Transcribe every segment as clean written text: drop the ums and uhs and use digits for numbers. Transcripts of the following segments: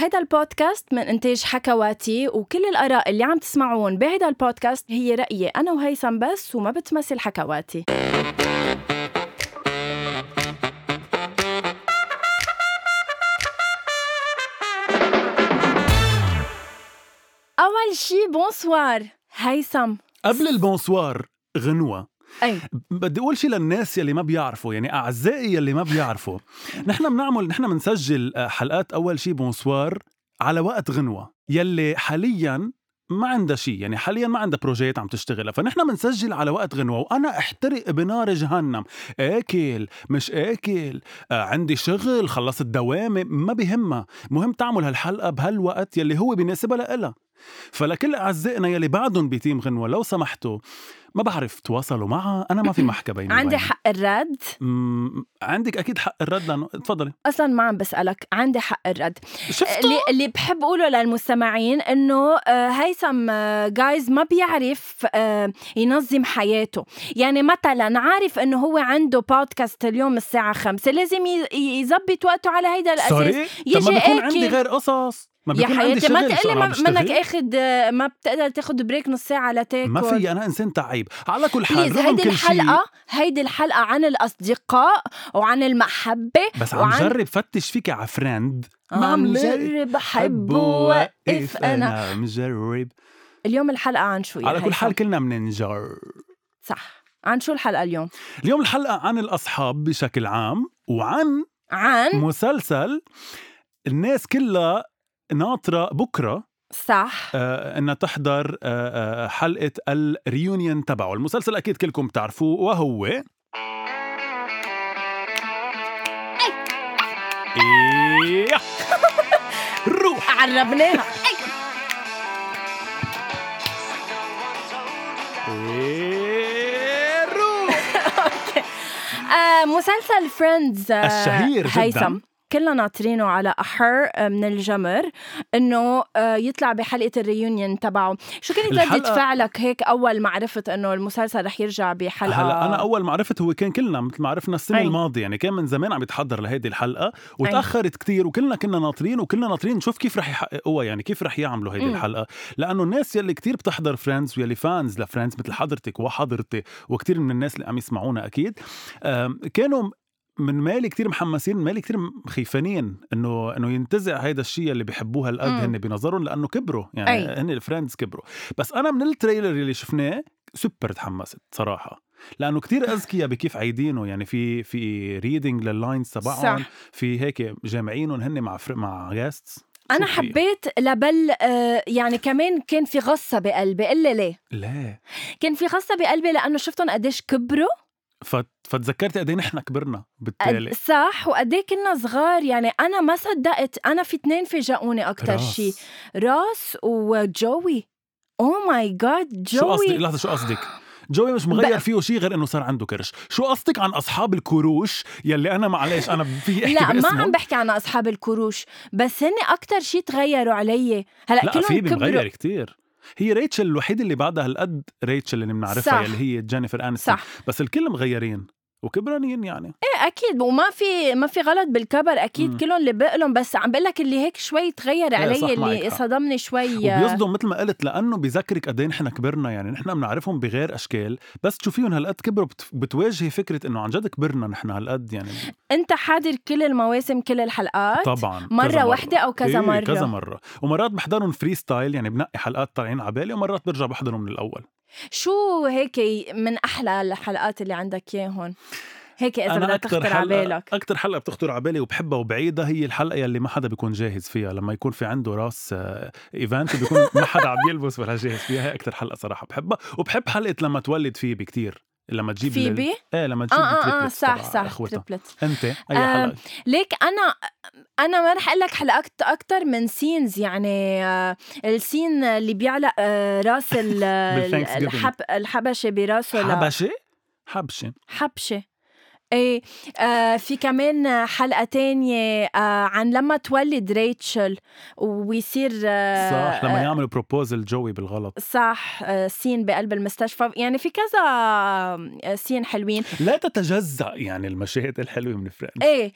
هيدا البودكاست من إنتاج حكواتي، وكل الآراء اللي عم تسمعون بهيدا البودكاست هي رأيي أنا وهيثم بس، وما بتمثل حكواتي. أول شي بونسوار هيثم. قبل البونسوار غنوة، أي بدي أقول شي للناس يلي ما بيعرفوا، يعني أعزائي يلي ما بيعرفوا. نحن منسجل حلقات أول شي بونسوار على وقت غنوة يلي حالياً ما عندها شي، يعني حالياً ما عندها بروجيت عم تشتغلها، فنحن منسجل على وقت غنوة وأنا احترق بنار جهنم، آكل مش آكل، عندي شغل، خلصت دوامي، ما بيهمها، مهم تعمل هالحلقة بهالوقت يلي هو بيناسبها لإلها. فلكل أعزائنا يلي بعدهم بتيم غنوة، لو سمحتوا ما بعرف تواصلوا معها، أنا ما في محكة بيني عندي وبينها. حق الرد. عندك أكيد حق الرد، لأنه تفضلي. أصلاً ما عم بسألك، عندي حق الرد. شفتوا؟ اللي بحب أقوله للمستمعين إنه هيثم جايز ما بيعرف ينظم حياته. يعني مثلاً عارف إنه هو عنده بودكاست اليوم الساعة 5، لازم يزبط وقته على هيدا الأساس. سوري؟ طب ما بيكون عندي غير قصص، ما يا بيكون عندي حياتي ما شغل. تقلي منك اخد، ما بتقدر تاخد بريك نص ساعة لتاكل. ما في، أنا إنسان تعيب. على كل حال هيدي الحلقة عن الأصدقاء وعن المحبة، بس عم جرب فتش فيك على فريند، ما عم جرب أحب ووقف أنا مجرب. اليوم الحلقة عن شو؟ على كل حال كلنا مننجر. صح. عن شو الحلقة اليوم؟ اليوم الحلقة عن الأصحاب بشكل عام، وعن مسلسل الناس كلها ناطرة بكرة، صح، إنها تحضر حلقة الريونيون تبعه. المسلسل أكيد كلكم بتعرفوه، وهو روح. عربناها. مسلسل فريندز الشهير هيثم، كلنا ناطرينه على أحر من الجمر إنه يطلع بحلقة الريونيون تبعه. شو كانت ردة فعلك هيك أول ما عرفت إنه المسلسل رح يرجع بحلقة؟ هلا أنا أول ما عرفت، هو كان كلنا مثل ما عرفنا السنة الماضية، يعني كان من زمان عم يتحضر لهيدي الحلقة وتأخرت كتير، وكلنا كنا ناطرين نشوف كيف رح يحققوها، يعني كيف رح يعملوا هيدي الحلقة، لأنه الناس يلي كتير بتحضر فريندز ويلي فانز لفريندز مثل حضرتك وحضرتي وكتير من الناس اللي عم يسمعونا أكيد كانوا من مالي كتير محمسين، مالي كتير خيفانين انه ينتزع هيدا الشيء اللي بيحبوها القد هن بنظرهم، لانه كبروا، يعني هن الفريندز كبروا. بس انا من التريلر اللي شفناه سوبر تحمست صراحه، لانه كتير اذكياء بكيف عايدينه، يعني في ريدنج لللاينز تبعهم، في هيك جامعينهم هن مع جاستس. أنا حبيت لبل يعني كمان كان في غصة بقلبي. إلا ليه كان في غصة بقلبي؟ لأنه شفتهم قديش كبروا، فتذكرت قديه نحن كبرنا بالتالي. صح، وقديه كنا صغار. يعني أنا ما صدقت، أنا في 2 فاجأوني أكتر شيء، راس وجوي. أوه ماي جاد، جوي. شو قصدك؟ لحظة، شو قصدك؟ جوي مش مغير فيه شيء غير إنه صار عنده كرش. شو قصدك عن أصحاب الكروش يلي أنا معلش أنا في أحكي لا باسمه؟ ما عم بحكي عن أصحاب الكروش، بس هن أكتر شيء تغيروا علي. هلأ لا في مغير كتير. هي ريتشل الوحيدة اللي بعدها هالقد ريتشل اللي بنعرفها، يلي هي جينيفر أنستون، بس الكل مغيرين وكبرانين يعني. ايه اكيد، وما في غلط بالكبر اكيد. كلهم اللي بقلهم، بس عم بقول لك اللي هيك شوي تغير علي، اللي صدمني شوي وبيصدم مثل ما قلت، لانه بذكرك قد ايه نحن كبرنا. يعني نحن بنعرفهم بغير اشكال، بس تشوفيهم هالقد كبروا بتواجهي فكره انه عن جد كبرنا نحن هالقد. يعني انت حاضر كل المواسم، كل الحلقات طبعا، مرة واحدة او كذا مرة؟ كذا مرة، ومرات بحضرهم فري ستايل، يعني بنقي حلقات طالعين عبالي، ومرات برجع بحضرهم من الاول. شو هيك من احلى الحلقات اللي عندك اياهم هيك اذا بدك تخطر على بالك؟ اكثر حلقه بتخطر على بالي وبحبها وبعيده هي الحلقه يلي ما حدا بيكون جاهز فيها، لما يكون في عنده راس ايفنت بيكون ما حدا عم يلبس ولا جاهز فيها. هي اكثر حلقه صراحه بحبها. وبحب حلقه لما تولد فيبي كتير، لما تجيب فيبي لما تجيب التريبلتس. صح تريبلتس. انت اي حلقه؟ ليك انا ما رح اقول لك حلقات اكتر من سينز. يعني السين اللي بيعلق راس الحبشه براسه. حبشه ايه في كمان حلقة تانية عن لما تولد ريتشل ويصير صح لما يعملوا بروبوزل جوي بالغلط. صح سين بقلب المستشفى، يعني في كذا سين حلوين. لا تتجزأ يعني المشاهد الحلوة من فريندز. ايه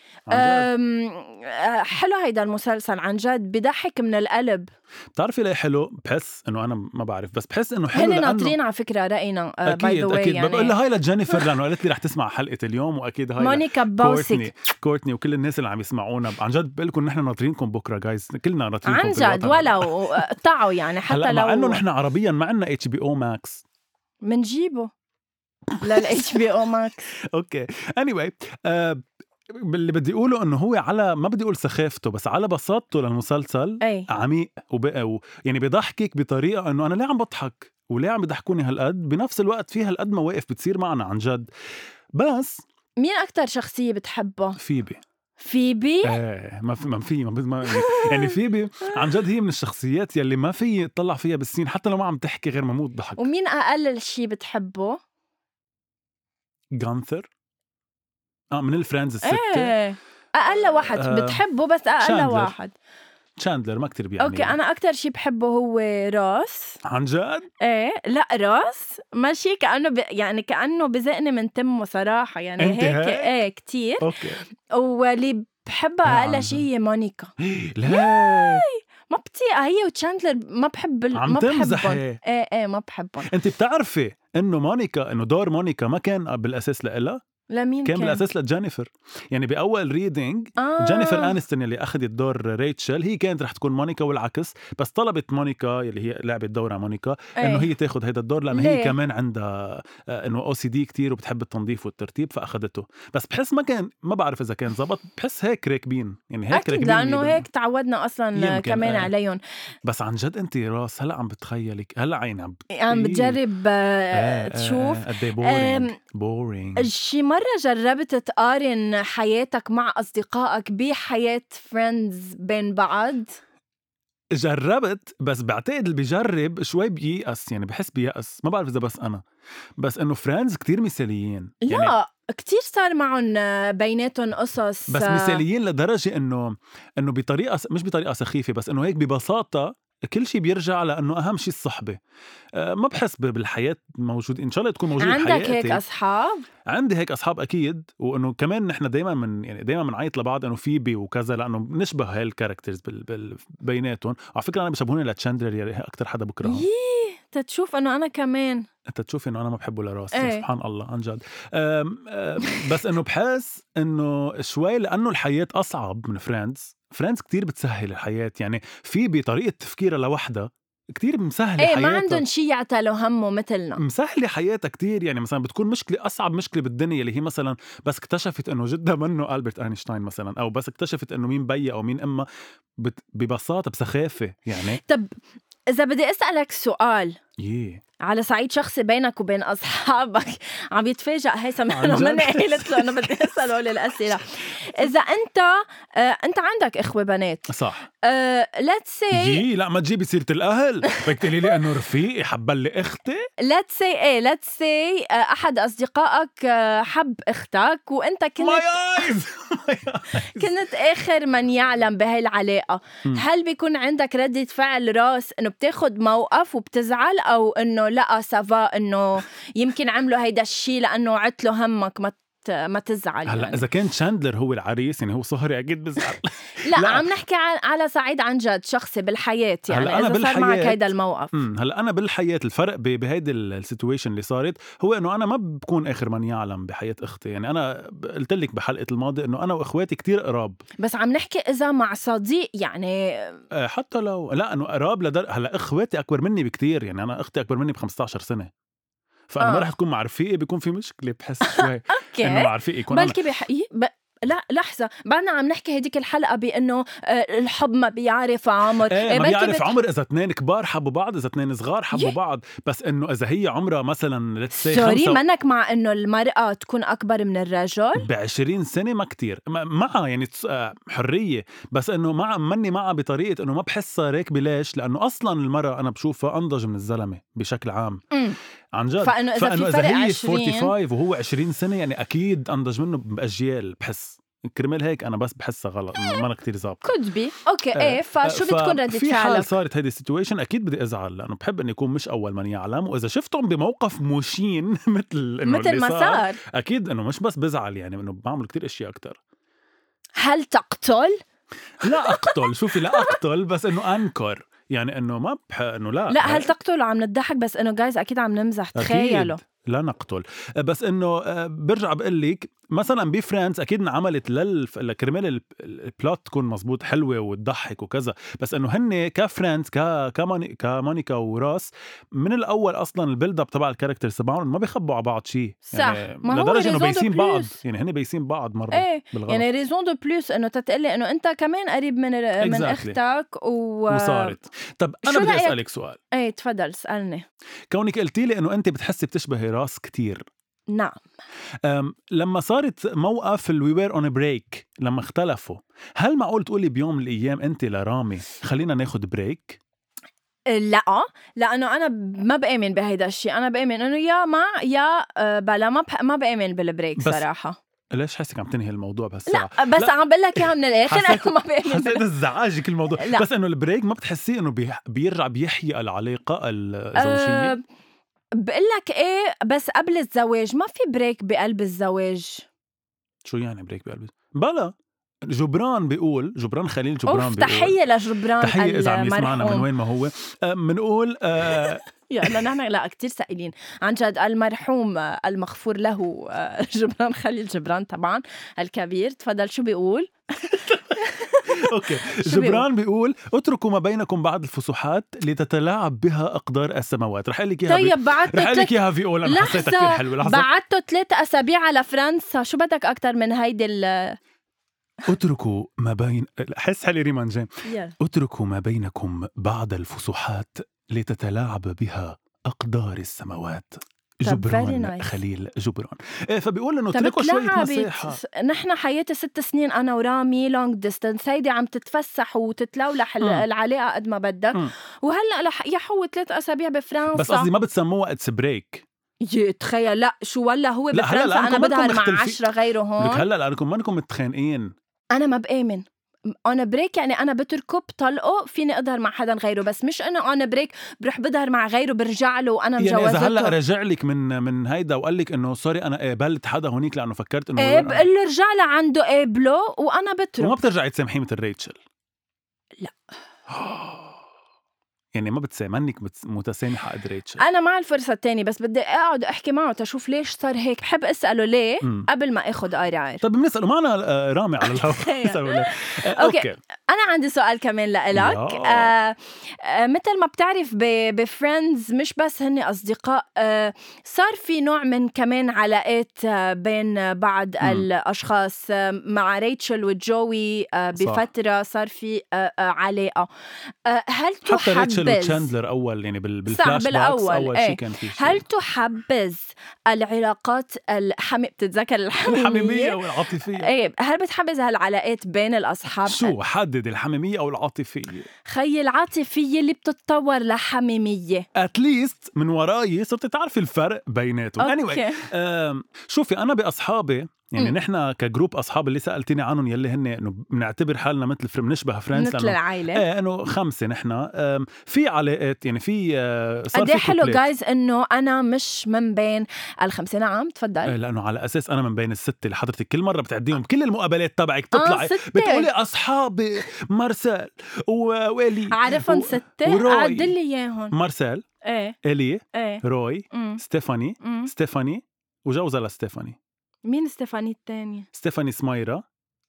حلو هيدا المسلسل عن جد، بضحك من القلب. بتعرفي ليه حلو؟ بحس انه انا ما بعرف بس بحس انه حلو هن ناطرين على فكرة رأينا اكيد اكيد يعني. بقول لها هاي لجينيفر لانه قالت لي رح تسمع حلقة اليوم، واكيد هاي مونيكا بوسك كورتني وكل الناس اللي عم يسمعونا. عن جد بقول لكم نحن ناطرينكم بكره جايز، كلنا ناطرينكم عن جد ولو قطعوا يعني حتى لو مع انه نحن عربيا ما عندنا HBO Max منجيبه للHBO Max. اوكي anyway اللي بدي اقوله انه هو على ما بدي اقول سخافته بس على بساطته للمسلسل عميق يعني بيضحكك بطريقه انه انا ليه عم بضحك وليه عم بيضحكوني هالقد، بنفس الوقت في هالقد مواقف بتصير معنا عن جد. بس مين اكتر شخصيه بتحبها؟ فيبي ما في يعني فيبي عن جد هي من الشخصيات يلي ما في تطلع فيها بالسين حتى لو ما عم تحكي غير مموت ضحك. ومين اقل شيء بتحبه؟ غانثر من الفريندز الستة. اقل واحد بتحبه بس اقل شاندلر. واحد شاندلر ما كتير بيعمل. اوكي انا اكتر شيء بحبه هو راس. عن جد؟ ايه لا راس ماشي كأنه يعني كأنه بزقني من تمه صراحة يعني هيك ايه كتير. اوكي واللي بحبها اقل شيء هي مونيكا. لا ما بطيقة هي وتشاندلر ما بحب عم تمزح. ايه ما بحبهم. انت بتعرفي انه مونيكا انه دور مونيكا ما كان بالاساس لإلها، لمين كان بالأساس لجينيفر. يعني بأول ريدينج جينيفر آنستون اللي أخذت دور ريتشل هي كانت رح تكون مونيكا والعكس، بس طلبت مونيكا اللي هي لعبت دورها مونيكا إنه هي تاخد هيدا الدور لأن هي كمان عندها إنه OCD كتير وبتحب التنظيف والترتيب فأخذته. بس بحس ما بعرف إذا كان زبط، بحس هيك راكبين يعني هيك راكبين لأنه هيك تعودنا أصلا كمان عليهم. بس عن جد أنت راس هلأ عم بتخيلك هلأ عيني عم بتجرب تشوف قد بورينج. شي مرة جربت تقارن حياتك مع أصدقائك بحياة فريندز بين بعض؟ جربت بس بعتقد اللي بيجرب شوي بييأس، يعني بحس بيأس، ما بعرف إذا بس أنا، بس إنه فريندز كتير مثاليين. لا يعني كتير صار معهم بيناتهم قصص بس مثاليين لدرجة إنه بطريقة مش بطريقة سخيفة بس إنه هيك ببساطة كل شيء بيرجع لأنه أهم شيء الصحبة. ما بحس بالحياة موجود، إن شاء الله تكون موجودة بحياتي. عندك هيك أصحاب؟ عندي هيك أصحاب أكيد، وإنه كمان نحن دايما بنعيط لبعض إنه فيبي وكذا لأنه نشبه هاي الكاركترز بيناتهم. على فكرة أنا بشبهوني لتشاندلر يعني أكتر حدا بكرهه. تتشوف إنه أنا كمان أنت تشوف إنه أنا ما بحبه لراس. سبحان الله عن جد. بس إنه بحس إنه شوي لأنه الحياة أصعب من فريندز كتير بتسهل الحياة. يعني في بطريقة تفكيرها لوحدها كتير مسهلة حياتها. ما عندهم شي يعتلوا همه مثلنا، مسهلة حياتها كتير. يعني مثلا بتكون مشكلة أصعب مشكلة بالدنيا اللي هي مثلا بس اكتشفت إنه جدها منه ألبرت أينشتاين مثلا، أو بس اكتشفت إنه مين بيا أو مين أمه ببساطة بسخافة يعني. طب إذا بدي أسألك سؤال على صعيد شخصي بينك وبين أصحابك، عم يتفاجأ هيثم أنا مني قلت له أنا بدي أسأله للأسئلة. إذا أنت عندك إخوة بنات صح؟ let's say لا ما تجيبي سيرة الأهل بدك تقولي لي إنه رفيقي حبل لي أختي. let's say أحد أصدقائك حب أختك وأنت كنت آخر من يعلم بهاي العلاقة. هل بيكون عندك ردة فعل راس إنه بتاخد موقف وبتزعل، أو إنه لا سافا إنه يمكن عملوا هيدا الشي لأنه عتلوا همك ما تزعل؟ هلا يعني إذا كان شاندلر هو العريس يعني هو صهري أكيد بزعل. لا عم نحكي على صعيد عن جد شخصي بالحياة. يعني إذا صار معك هيدا الموقف. هلا أنا بالحياة الفرق بهيدا السيتويشن اللي صارت هو إنه أنا ما بكون آخر من يعلم بحياة أختي. يعني أنا قلت لك بحلقة الماضي إنه أنا وإخواتي كتير قراب، بس عم نحكي إذا مع صديق يعني حتى لو لا إنه قراب هلا إخواتي أكبر مني بكتير. يعني أنا أختي أكبر مني ب15 سنة، فأنا ما رح تكون مع رفيقي بيكون في مشكلة بحس شوي. إنه مع رفيقي يكون بلكي لا لحظة بعدنا عم نحكي هديك الحلقة بأنه الحب ما بيعرف عمر. ما بيعرف عمر إذا اثنين كبار حبوا بعض إذا اثنين صغار حبوا بعض. بس إنه إذا هي عمرها مثلا سوري منك مع إنه المرأة تكون أكبر من الرجل ب20 سنة ما كتير معها يعني حرية، بس إنه مني معها بطريقة إنه ما بحسها راكبة. ليش؟ لأنه أصلا المرأة أنا بشوفها أنضج من الزلمة بشكل عام. عن جد. فانه إذا هي 20 45 وهو 20 سنه يعني اكيد انضج منه باجيال. بحس كرمال هيك انا بس بحسها غلط، ما أنا كتير ظابطه. could be اوكي. ايه فشو بتكون ردة في حال فعلك؟ صارت هيدي السيتويشن اكيد بدي ازعل، لانه بحب اني يكون مش اول من يعلم، واذا شفتهم بموقف مشين مثل انه مثل ما صار اكيد انه مش بس بزعل، يعني انه بعمل كتير اشياء اكتر. هل تقتل؟ لا اقتل، شوفي لا اقتل بس انه انكر، يعني انه ما انه لا هل تقتل عم نضحك بس انه جايز اكيد عم نمزح. تخيلوا لا نقتل. بس انه برجع بقول لك مثلا بفريندز اكيد انعملت لكرمال البلوت تكون مزبوط حلوه وتضحك وكذا، بس انه هن كفريندز كمونيكا وراس من الاول اصلا البيلد اب تبع الكاركترز تبعهم ما بيخبوا على بعض شيء، صح. يعني ما هو لدرجه انه raison de بيسين بعض، plus. يعني هن بيسين بعض مره ايه بالغلط. يعني ريزون دو بلوس انه تتقلي انه انت كمان قريب من اختك وصارت. طب انا بدي اسالك سؤال. ايه تفضل اسالني. كونك قلتي لي انه انت بتحسي بتشبهي راس كتير. نعم. لما صارت موقف الوي وير اون بريك، لما اختلفوا، هل معقول تقولي بيوم من الايام انت لرامي خلينا ناخد بريك؟ لا، لانه انا ما بآمن بهيدا الشيء. انا بآمن انه يا مع يا بلا. ما بآمن بالبريك صراحه. ليش حاسك عم تنهي الموضوع بهالسرعه؟ لا بس عم بقول لك اياها من الاخر. انا ما بآمن حسيت الزعاجك الموضوع. بس انه البريك ما بتحسيه انه بيرجع بيحيي العلاقه الزوجيه؟ بقول لك ايه، بس قبل الزواج ما في بريك بقلب الزواج. شو يعني بريك بقلب؟ بلا جبران بيقول، جبران خليل جبران بيقول، تحية لجبران، تحية إذا عم يسمعنا من وين ما هو. منقول يلا نحن لا كتير سائلين عن جد. المرحوم المغفور له جبران خليل جبران طبعا الكبير. تفضل شو بيقول؟ اوكي جبران بيقول اتركوا ما بينكم بعد الفسحات لتتلاعب بها اقدار السماوات. رح لك اياها. طيب رح لك اياها في اول. انا حسيتها كثير حلوه. لحظه، بعدته 3 أسابيع على فرنسا. شو بدك اكثر من هيدي اتركوا ما بين، حس حالي ريمان جيم. اتركوا ما بينكم بعد الفسحات لتتلاعب بها اقدار السماوات. جبران خليل جبران. فبيقول انه اتركوا شويه مساحه. نحن حياتي 6 سنين انا ورامي لونج ديستنس. هيدي عم تتفسح وتتلولح العلاقه قد ما بدك. وهلا يا حو 3 أسابيع بفرنسا. بس قصدي ما بتسموها اتس بريك. تخيل. لا شو ولا هو بفرنسا انا بظهر مع 10 غيره هون. لك هلا لانكم ما انكم متخانقين. انا ما بآمن. انا بريك يعني انا بتركه بطلقه فيني اظهر مع حدا غيره، بس مش انه انا بريك بروح بظهر مع غيره برجع له وانا مجوزته. يعني اذا هلا رجع لك من هيدا وقال لك انه سوري انا قابلت حدا هونيك لانه فكرت انه بقول له رجع لعنده قابله وانا بترك. وما بترجعي تسامحيه مثل ريتشل؟ لا يعني ما بتسامحنك متسامحة قد ريتشل. أنا مع الفرصة التانية، بس بدي أقعد أحكي معه تشوف ليش صار هيك. بحب أسأله ليه قبل ما أخذ قرار. طب بنسأله معنا رامي على الهواء. نسأله ليه. أوكي. أنا عندي سؤال كمان لإلك. مثل ما بتعرف بفريندز مش بس هن أصدقاء، صار في نوع من كمان علاقات بين بعض الأشخاص. مع ريتشل وجوي بفترة صار في علاقة. هل تحبذ وتشاندلر أول يعني بالفلاش باكس أول شيء كان في شيء. هل تحبذ العلاقات بتتذكر الحميمية والعاطفية؟ هل بتحبذ هالعلاقات بين الأصحاب؟ شو حدد الحميمية أو العاطفية؟ خي العاطفية اللي بتتطور لحميمية. أتليست من وراي صرت تعرف الفرق بيناتهم. anyway شوفي أنا بأصحابي يعني نحن كجروب أصحاب اللي سألتني عنهم يلي هن إنه بنعتبر حالنا مثل بنشبه فريندز مثل العائلة. إنه 5 نحن في علاقات يعني في صار في حلو جايز إنه أنا مش من بين ال5. نعم تفضل. لأنه على أساس أنا من بين ال6 اللي حضرتك كل مرة بتعديهم كل المقابلات تبعك تطلع بتقولي أصحابي مارسيل وإلي عارفهم 6 عدلي إياهم. مارسيل إلي روي ستيفاني وجوزها لستيفاني. مين ستيفاني الثانية؟ ستيفاني سمايرة.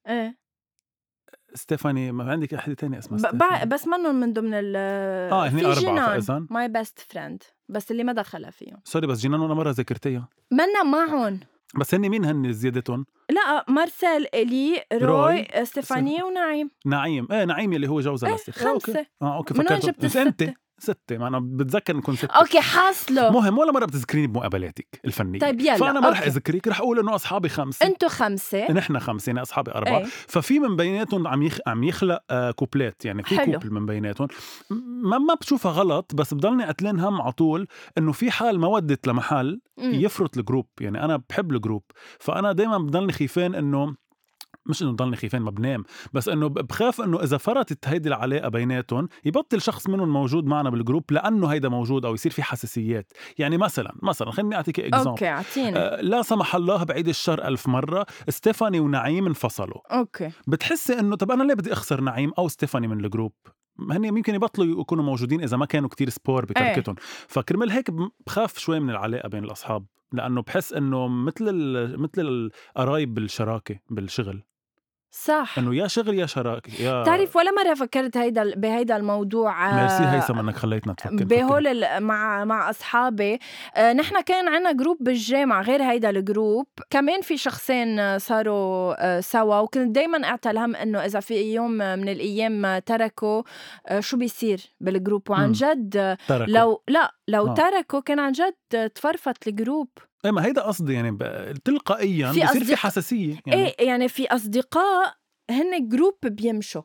ستيفاني ما عندك أحد تاني اسمه بس منهم من ضمن هني 4 فإذن ماي بست فريند بس اللي ما دخلها فيهم. سوري بس جينان أنا مرة ذكرتيها منا معهم. بس هن زيادتهم؟ لا مارسيل إلي روي ستيفاني ونعيم. نعيم يلي هو جوزها لستيفاني. 5. أوكي من وين جبت 6؟ 6 ما أنا بتذكر نكون 6. اوكي حاصله مهم ولا مرة بتذكريني بمقابلاتك الفنية. طيب يلا فأنا ما رح أوكي. أذكرك، رح أقول إنه أصحابي 5. انتو 5 نحن 5 أنا أصحابي 4. أي. ففي من بيناتهم عم يخلق كوبلات، يعني في حلو. كوبل من بيناتهم ما بشوفها غلط، بس بضلني أتلين هم عطول إنه في حال ما ودت لمحل يفرط الجروب. يعني أنا بحب الجروب، فأنا دايما بضلني خيفان إنه مش إنه ضلني خيفان ما بنام، بس إنه بخاف إنه إذا فرطت هيدي العلاقة بيناتهم يبطل شخص منهم موجود معنا بالجروب لأنه هيدا موجود، أو يصير في حساسيات. يعني مثلا خليني أعطيك إكزامبل. اوكي اعطيني. لا سمح الله بعيد الشر 1000 مرة، ستيفاني ونعيم انفصلوا. اوكي بتحسي إنه طب أنا ليه بدي أخسر نعيم أو ستيفاني من الجروب؟ هني يمكن يبطلوا يكونوا موجودين إذا ما كانوا كتير سبور بتركتهم. فكرمال هيك بخاف شوي من العلاقة بين الأصحاب، لأنه بحس إنه مثل القرايب بالشراكة بالشغل، صح. انه يا شغل يا شراكه يا تعرف ولا مرة فكرت بهيدا الموضوع. ميرسي هيثم انك خليتنا نفكر بهول مع أصحابي. نحن كان عنا جروب بالجامعة غير هيدا الجروب، كمان في شخصين صاروا سوا، وكنت دايما اعتلهم انه اذا في يوم من الايام تركوا شو بيصير بالجروب. وعن جد تركوا. لو تركوا كان عن جد تفرفت الجروب. ايه ما هيدا قصدي، يعني تلقائيا بيصير في حساسية. يعني ايه يعني في أصدقاء هن جروب بيمشوا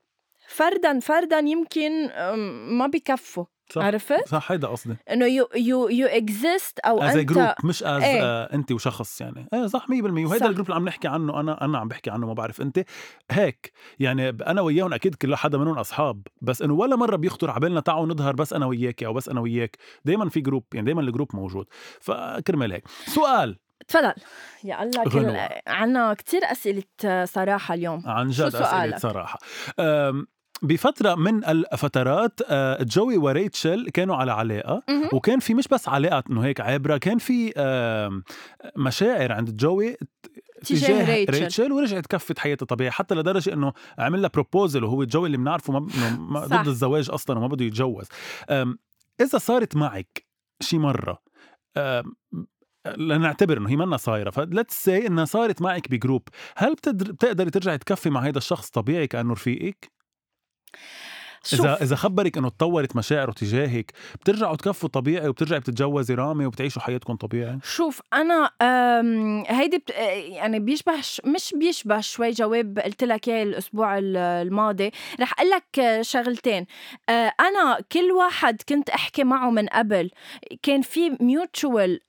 فردا يمكن ما بيكفوا. عرفت؟ صح هيدا قصدي، انه يو اكزيست او انت جروب مش انت وشخص. يعني صح 100%. وهيدا الجروب اللي عم نحكي عنه انا عم بحكي عنه، ما بعرف انت هيك. يعني انا وياهم اكيد كل حدا منهم اصحاب، بس انه ولا مره بيخطر على بالنا تعالوا نظهر بس انا وياك او بس انا وياك. دايما في جروب، يعني دايما الجروب موجود. فكرمال هيك سؤال. تفضل يا الله. عنا كتير أسئلة صراحة اليوم. عن جد أسئلة صراحة. بفترة من الفترات جوي وريتشل كانوا على علاقة، وكان في مش بس علاقة إنه هيك عابرة، كان في مشاعر عند جوي تجاه ريتشل، ورجعت كفت حياته طبيعي، حتى لدرجة إنه عمل لها بروبوزل، وهو جوي اللي بنعرفه ما ضد الزواج أصلاً وما بده يتجوز. إذا صارت معك شي مرة، لنعتبر انه هي منا صايره، فلتس سي انها صارت معك بجروب، هل بتقدري ترجعي تكفي مع هيدا الشخص طبيعي كانه رفيقك؟ اذا خبرك انه تطورت مشاعره تجاهك، بترجعوا تكفوا طبيعي وبترجعي بتتجوزي رامي وبتعيشوا حياتكم طبيعي؟ شوف انا هيدي يعني مش بيشبه شوي جواب قلت لك اياه الاسبوع الماضي. رح اقول لك شغلتين. انا كل واحد كنت احكي معه من قبل كان في ميوتشوال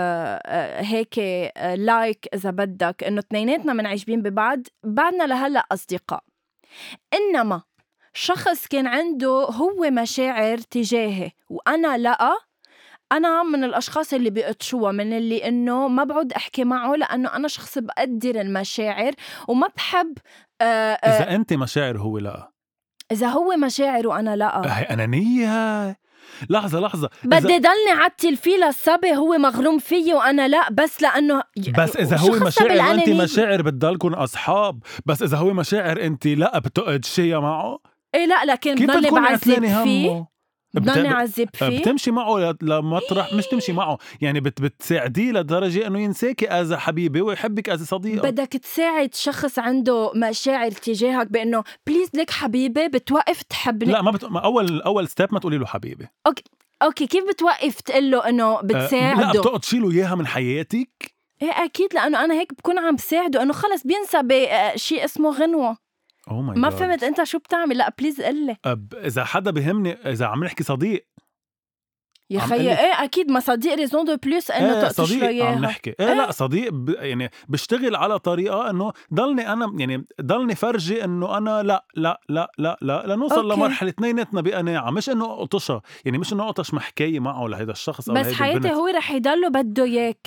هيك لايك اذا بدك، انه اثنيناتنا منعجبين ببعض، بعدنا لهلا اصدقاء. انما شخص كان عنده هو مشاعر تجاهي وأنا لأ، أنا من الأشخاص اللي بيقتشوها، من اللي إنه ما بعد أحكي معه، لأنه أنا شخص بقدر المشاعر وما بحب إذا أنت مشاعر هو لأ، إذا هو مشاعر وأنا لأ، هي أنانية. لحظة بدي ضلني عتل فيه للصبي هو مغروم فيه وأنا لأ، بس لأنه بس إذا هو مشاعر وأنت مشاعر بتضلكن أصحاب، بس إذا هو مشاعر أنت لأ بتقعد شيء معه. إيه لأ، لكن بضلني بعذب فيه، بضلني عذب فيه. بتمشي معه لمطرح مش تمشي معه، يعني بتساعديه لدرجة إنه ينساكي أز حبيبي ويحبك أز صديقة. بدك تساعد شخص عنده مشاعر تجاهك بأنه بليز لك حبيبي بتوقف تحبني. لا ما أول ستيب ما تقولي له حبيبي. أوكي كيف بتوقف تقول له إنه بتساعده؟ لا بتقعد تشيله إياها من حياتك. إيه أكيد، لأنه أنا هيك بكون عم بساعده إنه خلص بينسى بشيء اسمه غنوة. ما فهمت أنت شو بتعمل؟ لا بليز قلي. إذا حدا بهمني، إذا عم نحكي صديق يا خيي إيه أكيد، ما صديق ريزون دو بلوس إنه تقطش له إياها. عم نحكي لا صديق يعني بشتغل على طريقة إنه ضلني أنا يعني ضلني فرجي إنه أنا لا لا لا لا لا لنوصل لمرحلة اثنيناتنا بقناعة، مش إنه قطشها، يعني مش إنه قطش محكية معه لهيدا الشخص أو بس حياتي هو رح يضله بده إياك.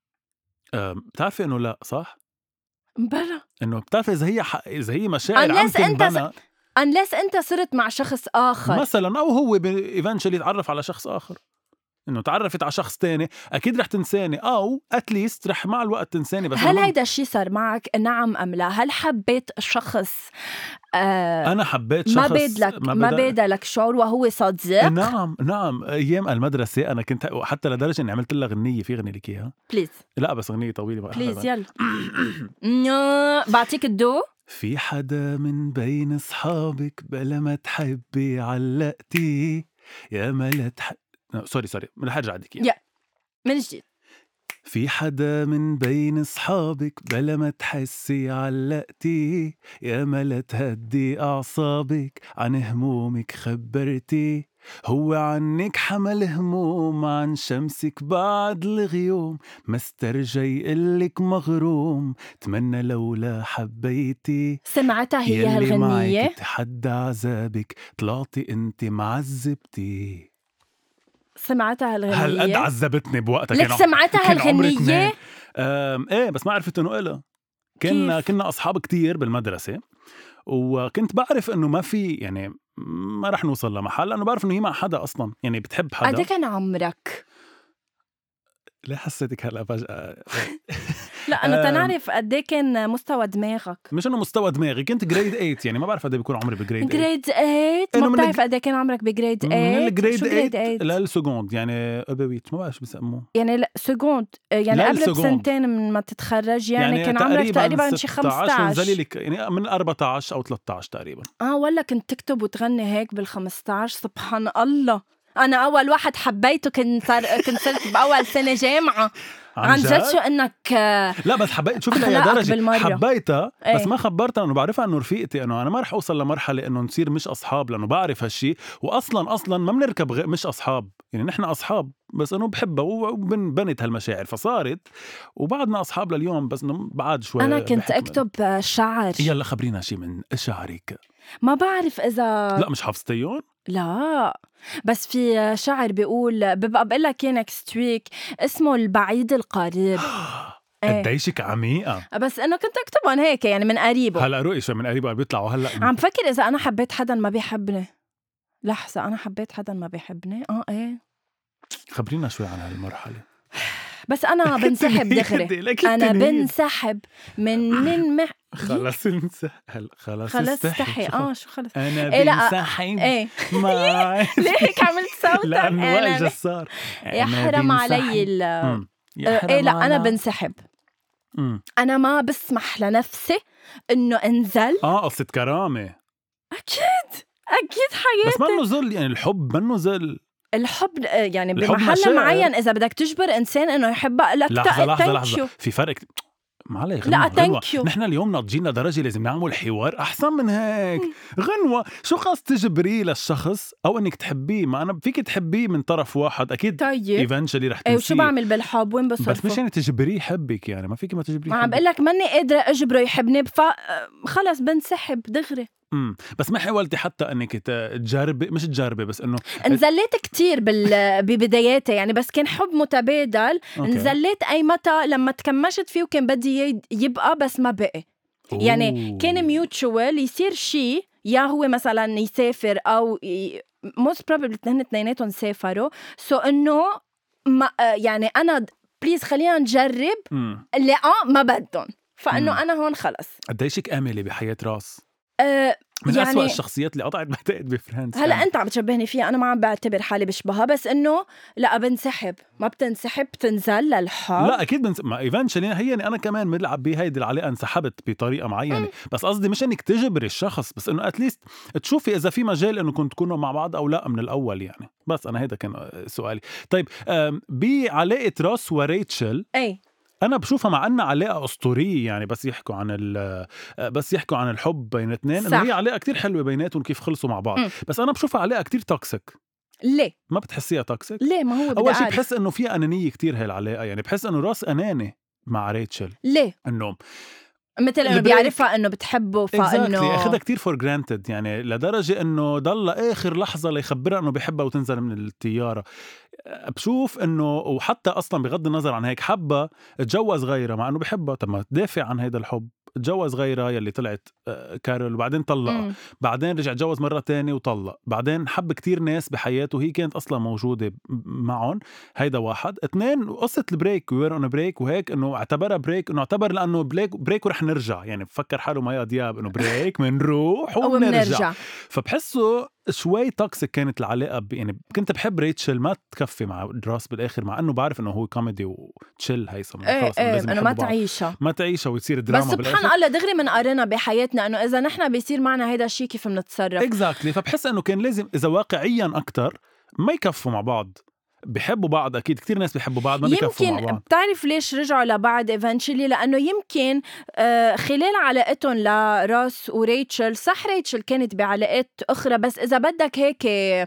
بتعرفي إنه لا صح؟ بلا إنه بتعرفي إذا هي مشاعر عم تنبنى unless أنت صرت مع شخص آخر مثلا، أو هو eventually يتعرف على شخص آخر، إنه تعرفت على شخص تاني أكيد رح تنساني، أو أتليست رح مع الوقت تنساني. بس هل هيدا الشي صار معك؟ نعم أم لا؟ هل حبيت شخص أنا حبيت شخص ما بيدلك شعور وهو صديق؟ نعم أيام المدرسة أنا كنت حتى لدرجة إني عملت لها غنية، في غني لك إياها بليز. لا بس غنية طويلة بقى بليز يلا بعطيك الدو. في حدا من بين أصحابك بلا ما تحبي علقتي، يا ملا سوري رح ارجع اديك يا من جديد. في حدا من بين اصحابك بلا ما تحسي علقتي، يا ملا تهدي اعصابك عن همومك خبرتي، هو عنك حمل هموم عن شمسك بعد الغيوم، ما استرجى يقلك مغروم تمنى لولا حبيتي. سمعتها هي يلي معك هالغنية؟ تحدى عذابك طلعتي انت معذبتي. سمعتها هل قد هالغنية؟ عذبتني بوقتها؟ لك سمعتها هالغنية؟ ايه بس ما عرفت انه إلها. كنا اصحاب كتير بالمدرسة، وكنت بعرف انه ما في يعني ما رح نوصل لمحل، لانه بعرف انه هي مع حدا اصلا يعني بتحب حدا. قد كان عمرك؟ ليه حسيتك هلا فجأة؟ لا أنا تنعرف قد كان مستوى دماغك. مش انه مستوى دماغي، كنت جريد 8 يعني ما بعرف قد بيكون عمري بجريد 8. جريد 8 ما بتعرف قد كان عمرك بجريد 8؟ من الجريد 8 للسكوند يعني ابويت ما بعرف شو بسموه يعني لا سكوند يعني قبل بسنتين من ما تتخرج يعني كان عمرك تقريبا شي 15 يعني من 14 أو 13 تقريبا. ولا كنت تكتب وتغني هيك بال15. سبحان الله. أنا أول واحد حبيته كنت صرت بأول سنة جامعة. عن جد شو إنك لا بس حبيت شوف لها درجة حبيتها بس ما خبرتها إنه بعرفها إنه رفيقتي، إنه أنا ما رح أوصل لمرحلة إنه نصير مش أصحاب، لأنه بعرف هالشي وأصلا ما بنركب مش أصحاب يعني نحن أصحاب بس إنه بحبها وبنت هالمشاعر فصارت وبعدنا أصحاب لليوم، بس إنه بعد شوي. أنا كنت أكتب شعر. يلا خبرينا شي من شعرك. ما بعرف إذا لا مش حفظتيون؟ لا بس في شعر بيقول ببقى بقول لك نكست ويك اسمه البعيد القريب. قديشك عميقة. بس انه كنت اكتبهم هيك يعني من قريبه. هلا رؤي شو من قريبه بيطلعوا هلا. عم فكر اذا انا حبيت حدا ما بيحبني. لحظه انا حبيت حدا ما بيحبني. ايه خبرينا شوي عن هالمرحله. بس انا بنسحب دغري. انا بنسحب من خلص انسحب خلص استحي. شو خلص انا بنسحب ما ليك عملت صوتك لانه وائل جسار يحرم علي لا انا بنسحب. انا ما بسمح لنفسي انه انزل. قصة كرامة. اكيد حياتي بس منه زل يعني الحب منه زل. الحب يعني بمحل معين اذا بدك تجبر انسان انه يحبك لك. لحظة في فرق معلي غنوة. لا ثانك نحن اليوم ناضجين لدرجة لازم نعمل حوار أحسن من هيك. غنوة شو قصد تجبريه للشخص أو إنك تحبيه؟ ما أنا فيك تحبيه من طرف واحد أكيد. طيب eventually رح تنسيه. وشو بعمل بالحب وين بصرفه؟ بس مش يعني تجبريه يحبك يعني ما فيك ما تجبريه. ما عم بقول لك ماني قادرة أجبره يحبني خلص بنسحب دغري. بس ما حاولتي حتى انك تجربي مش تجربي بس انه نزلت كتير ببداياتي يعني بس كان حب متبادل. نزلت اي متى لما تكمشت فيه وكان بدي يبقى بس ما بقي. يعني كان ميوتشوال يصير شيء يا هو مثلا يسافر او most probably اثنيناتهم سافروا انه ما يعني انا بليز خلينا نجرب اللي ما بدهم فانه انا هون خلص. قديشك املي بحياة راس من يعني أسوأ الشخصيات اللي قطعت بعتقد بفرنسا. هلا أنت عم بتشبهني فيها. أنا ما عم بعتبر حالي بشبهها بس إنه لا بنسحب ما بتنسحب بتنزل للحب. لا أكيد ما إيفانشلي هي أنا كمان ملعب بهيدي العلاقة انسحبت بطريقة معينة. بس قصدي مش إنك تجبري الشخص بس إنه أتليست تشوفي إذا في مجال إنه كنتوا تكونوا مع بعض أو لا من الأول يعني. بس أنا هيدا كان سؤالي. طيب بعلاقة راس وريتشل أنا بشوفها مع أنها علاقة أسطورية يعني بس يحكوا عن الحب بين اثنين إنه هي علاقة كتير حلوة بيناتهم كيف خلصوا مع بعض. بس أنا بشوفها علاقة كتير توكسيك. ليه؟ ما بتحسيها توكسيك؟ ليه؟ ما هو أول شيء بحس إنه في أنانية كتير هاي العلاقة يعني بحس إنه راس أناني مع ريتشل. ليه؟ إنه مثل إنه بيعرفها إنه بتحبه فإنه أخذها كتير for granted يعني لدرجة إنه ضل آخر لحظة ليخبرها إنه بيحبها وتنزل من الطيارة. بشوف إنه وحتى أصلا بغض النظر عن هيك حبة تجوز غيرها مع إنه بيحبها. طب ما تدافع عن هيدا الحب. تجوز غيرها يلي طلعت كارول وبعدين طلقها. بعدين رجع تجوز مرة تانية وطلق. بعدين حب كتير ناس بحياته هي كانت أصلا موجودة معهم. هيدا واحد. اثنين قصة البريك وير اون بريك وهيك إنه اعتبرها بريك إنه اعتبر لأنه بريك ورح نرجع يعني بفكر حاله مايا دياب إنه بريك منروح ونرجع. فبحسه شوي توكسيك كانت العلاقة يعني كنت بحب ريتشل ما تكفي مع راس بالآخر مع أنه بعرف أنه هو كوميدي وتشيل هيثم إنه ما تعيشها ويصير دراما بس سبحان الله دغري من قرنا بحياتنا إنه إذا نحن بيصير معنا هيدا الشيء كيف بنتصرف exactly. فبحس إنه كان لازم إذا واقعيا أكتر ما يكفوا مع بعض. بيحبوا بعض أكيد، كتير ناس بيحبوا بعض، ما بيكفوا مع بعض. يمكن بتعرف ليش رجعوا لبعض eventually؟ لأنه يمكن خلال علاقتهم لراس وريتشل، صح ريتشل كانت بعلاقات أخرى، بس إذا بدك هيك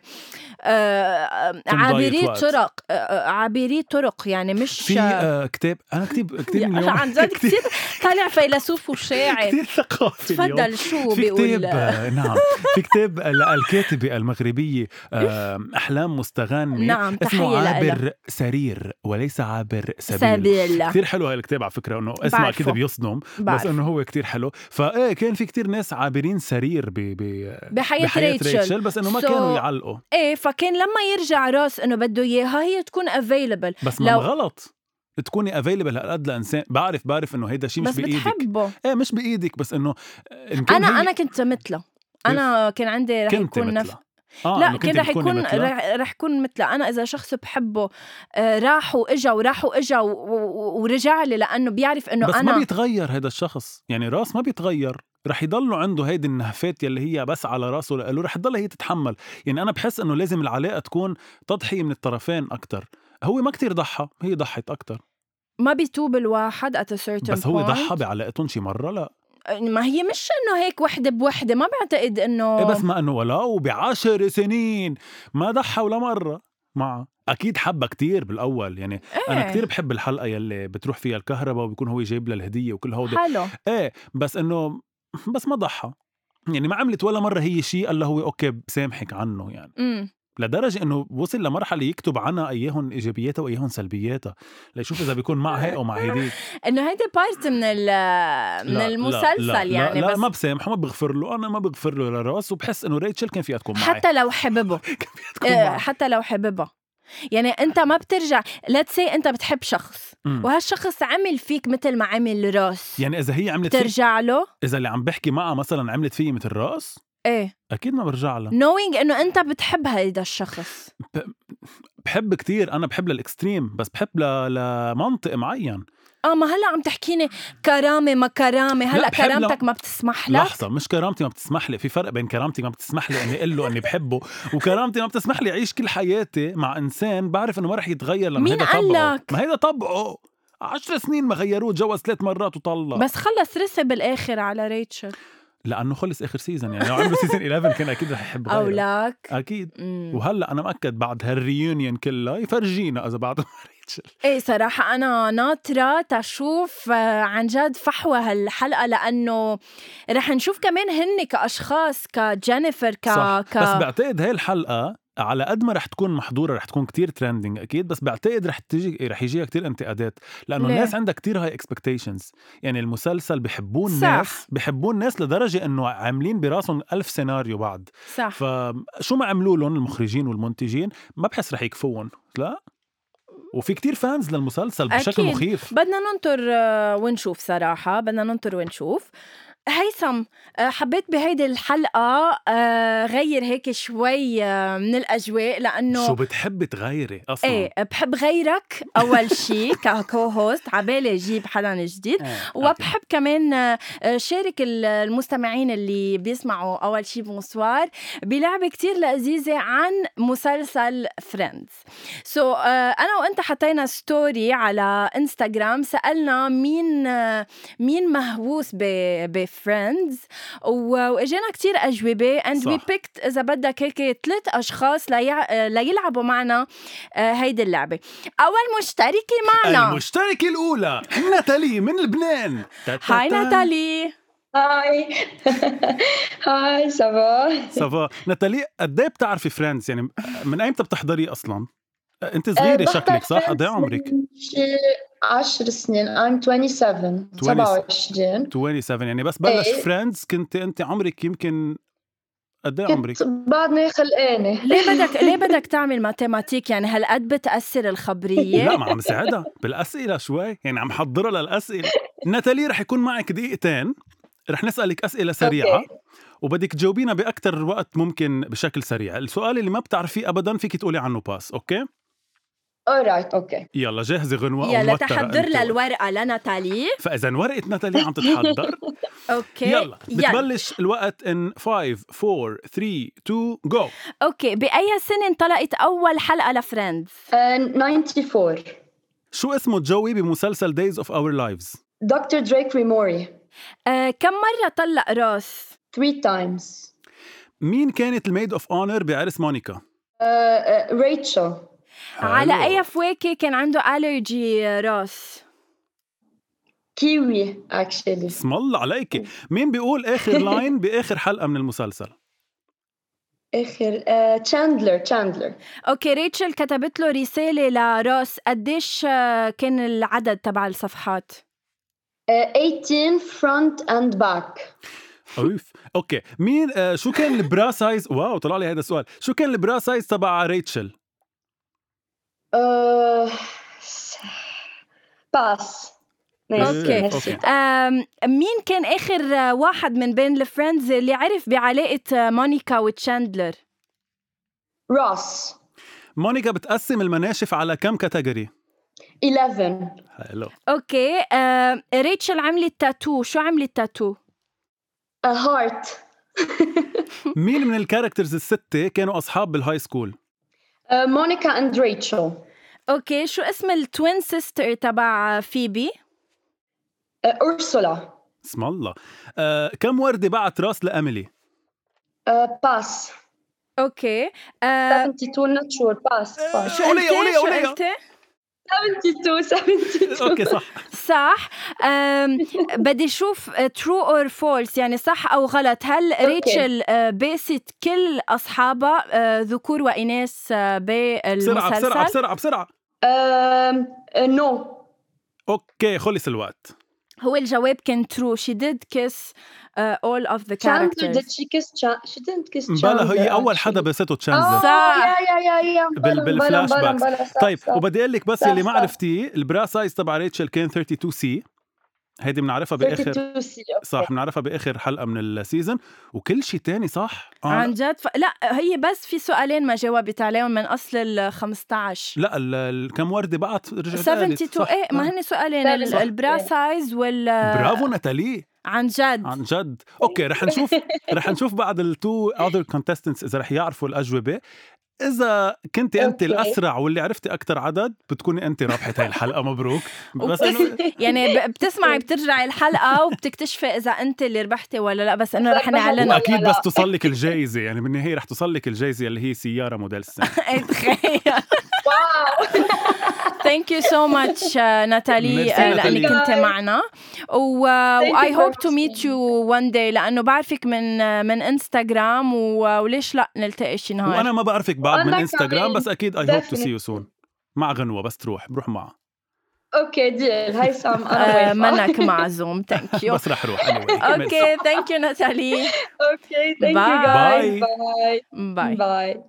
عابري طرق يعني مش في كتاب. أنا كتير اليوم عن جد كتير طالع فيلسوف وشاعر كتير ثقافي. تفضل شو في بيقول؟ نعم، في كتاب الكاتبة المغربية أحلام مستغانمة. نعم، اسمه عابر سرير وليس عابر سبيل. كتير حلو هاي الكتاب على فكرة، إنه اسمع كده بيصدم، بس إنه هو كتير حلو. فإيه كان في كتير ناس عابرين سرير بحياة ريتشل، بس إنه ما كانوا يعلقوا. إيه، فكان لما يرجع راس إنه بده إياها هي تكون available. بس ما غلط تكوني available هالقد لإنسان. بعرف إنه هيدا شيء مش بإيدك، بتحبه. إيه مش بإيدك، بس إنه أنا كنت مثله. أنا كان عندي رح يكون لا كان رح يكون مثله. أنا إذا شخص بحبه راح وإجا ورجع لي، لأنه بيعرف إنه بس أنا ما بيتغير هذا الشخص. يعني راس ما بيتغير، رح يضلوا عنده هيدي النهفات يلي هي بس على راسه لأله، رح يضلها هي تتحمل. يعني أنا بحس إنه لازم العلاقة تكون تضحية من الطرفين أكتر. هو ما كتير ضحى، هي ضحت أكتر. ما بيتوب الواحد at a certain بس هو point. ضحى بعلاقتهم شي مرة؟ لا، ما هي مش إنه هيك وحدة بوحدة، ما بعتقد إنه إيه، بس ما إنه ولو ب10 سنين ما ضحى ولا مرة معه. أكيد حبة كتير بالأول. يعني أنا كتير بحب الحلقة يلي بتروح فيها الكهرباء وبيكون هو جايب لها الهدية وكل هودي حلو. إيه، بس إنه بس ما ضحى. يعني ما عملت ولا مرة هي شيء قال له هو أوكي بسامحك عنه. يعني لدرجة إنه وصل لمرحلة يكتب عنها أيهن إيجابياتها وأيهن سلبياتها ليشوف إذا بيكون مع هاي أو مع هيدي. إنه هيدي بارت من المسلسل. لا يعني لا بس ما بسامحه، ما بغفر له. أنا ما بغفر له لراس، وبحس إنه ريتشل كان فيها تكون معي حتى لو حببه. حتى لو حببه. يعني أنت ما بترجع. let's say أنت بتحب شخص وهالشخص عمل فيك مثل ما عمل راس. يعني إذا هي عملت ترجع له؟ إذا اللي عم بحكي معها مثلا عملت فيه مثل راس، إيه أكيد ما برجع لها. knowing إنه أنت بتحب هيدا الشخص. بحب كتير. أنا بحب للإكستريم، بس بحب لمنطق معين. ما هلأ عم تحكيني كرامة ما كرامة. هلأ كرامتك ما بتسمح لك. لحظة، مش كرامتي ما بتسمح لي. في فرق بين كرامتي ما بتسمح لي أني أقول له أني بحبه، وكرامتي ما بتسمح لي أعيش كل حياتي مع إنسان بعرف أنه ما رح يتغير. لما مين هيدا قال طبعه؟ لك؟ ما هيدا طبعه 10 سنين ما غيروه، تجوز 3 مرات وطلع. بس خلص رسي بالآخر على ريتشل، لأنه خلص آخر سيزن. يعني لو عمله سيزن 11 كان أكيد رح يحب غيره. أولاك أكيد. وهلأ أنا مأكد بعد هالريونيون كلها يفرجينا إذا بعده ريتشل. إيه صراحة أنا ناطرة تشوف عن جد فحوى هالحلقة، لأنه رح نشوف كمان هن كأشخاص كجينيفر بس بعتقد هاي الحلقة على قد ما رح تكون محضورة رح تكون كتير ترندينج أكيد، بس بعتقد رح يجيها كتير انتقادات، لأنه الناس عندها كتير هاي expectations. يعني المسلسل بيحبون ناس لدرجة إنه عاملين براسهم 1000 سيناريو بعد. صح. فشو ما عملوا لهم المخرجين والمنتجين ما بحس رح يكفون. لا، وفي كتير فانز للمسلسل بشكل أكيد. مخيف. بدنا ننطر ونشوف صراحة، بدنا ننطر ونشوف. هيثم، حبيت بهيدي الحلقة غير هيك شوي من الأجواء، لأنه شو بتحب تغيري أصلاً؟ إيه، بحب غيرك أول شي ككو-هوست، عبالي أجيب حدا جديد. وبحب كمان شارك المستمعين اللي بيسمعوا أول شي بونسوار بلعبة كتير لذيذة عن مسلسل فريندز. أنا وأنت حطينا ستوري على إنستغرام، سألنا مين مهووس بفريندز، واجينا كتير أجوبة and we picked إذا بدك هيك 3 أشخاص ليلعبوا معنا هيدي اللعبة. أول مشتركة معنا، المشتركة الأولى ناتالي من لبنان. هاي ناتالي. هاي سافا. ناتالي، قد ايه بتعرفي فريندز؟ يعني من أيمتى بتحضري أصلا؟ أنت صغيرة شكلك، صح؟ قد ايه عمرك؟ 10 سنين. I'm 27. 27. يعني بس بلش فريندز كنت أنت عمرك يمكن قد ايه عمرك؟ بعدني خلقانة. ليه بدك تعمل ماتيماتيك؟ يعني هالقد بتأثر الخبرية؟ لا، ما عم ساعدها بالأسئلة شوي، يعني عم حضرها للأسئلة. ناتالي رح يكون معك 2 دقيقتين، رح نسألك أسئلة سريعة وبدك تجاوبينا بأكتر وقت ممكن بشكل سريع. السؤال اللي ما بتعرفيه أبداً فيك تقولي عنه باس. أوكي؟ alright. أوكي. يلا جاهزة غنوة؟ يلا تحضر للورقة لناتالي. فإذا ورقة ناتالي عم تتحضر اوكي يلا بتبلش الوقت in 5 4 3 2 go. اوكي، بأي سنة انطلقت أول حلقة لفريندز؟ 94. شو اسمه جوي بمسلسل Days of Our Lives؟ دكتور دريك ريموري. كم مرة طلق راس؟ 3 times. مين كانت الميد اوف اونر بعرس مونيكا؟ ريتشل. على أي فواكه كان عنده ألرجي راس؟ كيوي actually. اسم الله عليك. مين بيقول آخر لاين بآخر حلقة من المسلسل؟ آخر تشاندلر. اوكي، ريتشل كتبت له رسالة لراس، قديش كان العدد تبع الصفحات؟ 18 front and back. اوف. اوكي، مين شو كان البرا سايز؟ واو طلع لي هذا السؤال. شو كان البرا سايز تبع ريتشل؟ باس. اوكي. مين كان آخر واحد من بين الفريندز اللي عرف بعلاقة مونيكا وتشاندلر؟ روس. مونيكا بتقسم المناشف على كم كاتيجوري؟ 11. حلو. اوكي، ريتشل عملت تاتو، شو عملت تاتو؟ هارت. مين من الكاركترز الستة كانوا أصحاب بالهاي سكول؟ مونيكا اند ريتشل. اوكي، شو اسم التوين سيستر تبع فيبي؟ أورسولا. اسم الله. كم وردة بعت راس لأميلي؟ باس. اوكي، 72 not sure. باس. شو قلتي؟ 72. اوكي صح. بدي اشوف true or false، يعني صح او غلط. هل ريتشل بيست كل اصحابها ذكور واناث بالمسلسل؟ بسرعة. نو. اوكي خلص الوقت. هو الجواب كان true. She did kiss all of the characters. Did she kiss she didn't kiss بلا هي أول حدا بسته تشاندلر. صح. يا بالفلاش باكس. طيب صح. وبدي أقول لك بس اللي ما عرفتيه، البرا سايز تبع ريتشل كان 32C. هيدي بنعرفها بآخر. صح، بنعرفها بآخر حلقة من السيزن. وكل شيء تاني صح عن جد. لا هي بس في سؤالين ما جاوبت عليهم من أصل 15. لا كم وردة بعت 72. ايه ما هن سؤالين، البرا سايز برافو ناتالي. عن جد. اوكي رح نشوف بعد التو other contestants اذا رح يعرفوا الاجوبه. إذا كنت أنت الأسرع واللي عرفتي أكتر عدد بتكوني أنت رابحة هاي الحلقة. مبروك. بس يعني بتسمعي بترجعي الحلقة وبتكتشفي إذا أنت اللي ربحتي ولا لا، بس إنه رح نعلن. وأكيد بس توصلك الجائزة، يعني بالنهاية رح توصلك الجائزة اللي هي سيارة موديل السنة. تخيل. Thank you so much ناتالي لأنك كنت معنا. I hope to meet you one day، لأنه بعرفك من إنستغرام، وليش لا نلتقي شي نهار. وأنا ما بعرفك بعد من إنستغرام، بس أكيد I hope to see you soon. مع غنوة بس بروح معها. اوكي ديل. هيثم انا منك معزوم. ثانك يو. بس رح اروح اوكي ثانك يو ناتالي. اوكي ثانك يو جايز. باي.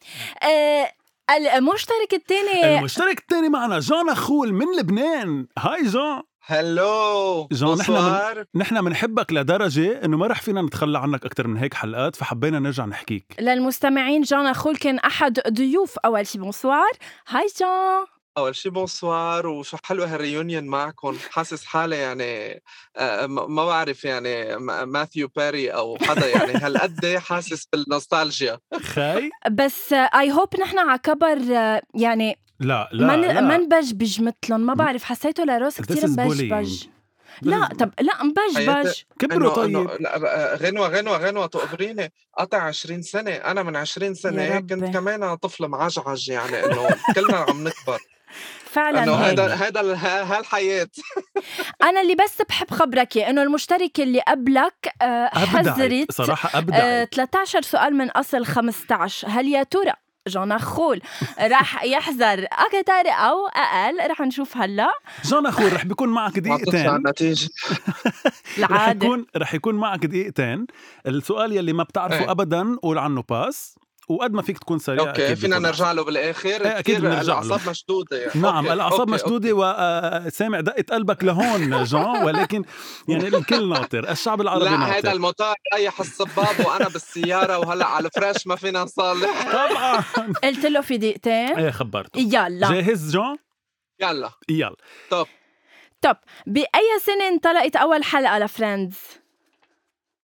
المشترك الثاني معنا جان أخول من لبنان. هاي جان. هلو جان. نحن منحبك لدرجة إنه ما رح فينا نتخلى عنك أكتر من هيك حلقات، فحبينا نرجع نحكيك للمستمعين. جان أخول كان أحد ضيوف أول شي. بونسوار. هاي جان. أول شي بونسوار، وشو حلوة هالريونيون معكم. حاسس حالي يعني ما بعرف يعني ماثيو باري أو حدا، يعني هالقد حاسس بالنوستالجيا. خاي بس I hope نحن عكبر يعني لا ما نبجبج مثلهم. ما بعرف، حسيته لراس كتير مبجبج. لا طب لا مبجبج. كبروا. طيب لا غنوة تقبريني. قطع 20 سنة. أنا من 20 سنة كنت كمان طفل معجعج، يعني إنه كلنا عم نكبر فعلا. إنه هذا هالحياة. أنا اللي بس بحب خبرك إنه المشترك اللي قبلك حذرت صراحة أبدعت 13 سؤال من أصل 15. هل يا ترى جان أخول رح يحذر أكتر أو أقل؟ رح نشوف هلا. جان أخول رح بيكون معك دقيقتين. العادة رح يكون معك دقيقتين. السؤال يلي ما بتعرفه أبدا قول عنه باس، وقد ما فيك تكون سريع. اوكي فينا نرجع له بالاخر. اكيد الاعصاب مشدوده يعني. نعم الاعصاب مشدوده. وسامع دقه قلبك لهون جان، ولكن يعني الكل ناطر. الشعب العربي لا ناطر. هذا الموتور رايح الصباب وانا بالسياره، وهلا على الفريش ما فينا نصلح. طبعا قلت له في دقيقتين. ايه خبرته. يلا جاهز جان؟ يلا طب بأي سنة انطلقت أول حلقة لفريندز؟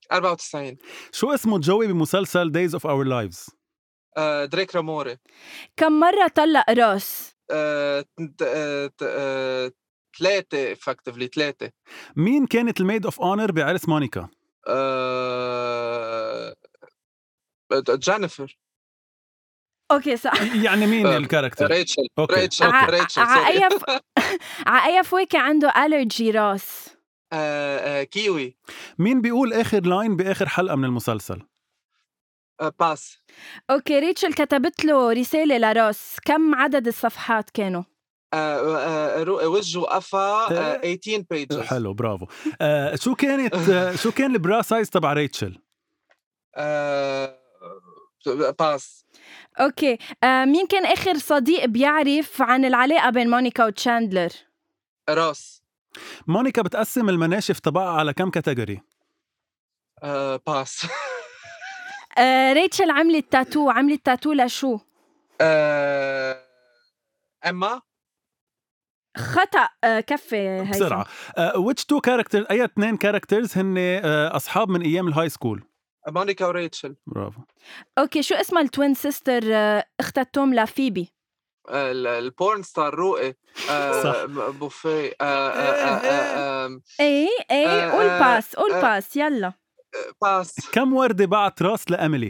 94. شو اسمه جوي بمسلسل Days of Our Lives؟ دريك راموري. كم مرة طلق راس؟ 3 effectively 3. مين كانت الميد اوف اونر بعرس مونيكا؟ جينيفر. اوكي صح. يعني مين الكاركتر؟ ريتشل. أوكي. ريتشل. عقيا فويكي عنده ألرجي راس. كيوي. مين بيقول آخر لاين بآخر حلقة من المسلسل؟ باس. اوكي ريتشل كتبت له رسالة لراس، كم عدد الصفحات كانوا؟ وجه وقفا 18 pages. حلو برافو. شو كان البرا سايز تبع ريتشل؟ باس. اوكي مين كان آخر صديق بيعرف عن العلاقة بين مونيكا وتشاندلر؟ راس. مونيكا بتقسم المناشف تبعها على كم كاتيجوري؟ باس. ريتشل عملت تاتو لشو؟ أما. خطأ. كفي هيثم بسرعة. which two characters أي 2 characters هن أصحاب من أيام الهاي سكول؟ مونيكا وريتشل. برافو. اوكي شو اسمها التوين سيستر اخت توم لفيبي؟ البورن ستار روقي. بوفيه. اي قول باس يلا. باس. كم وردة بعت راس لأميلي؟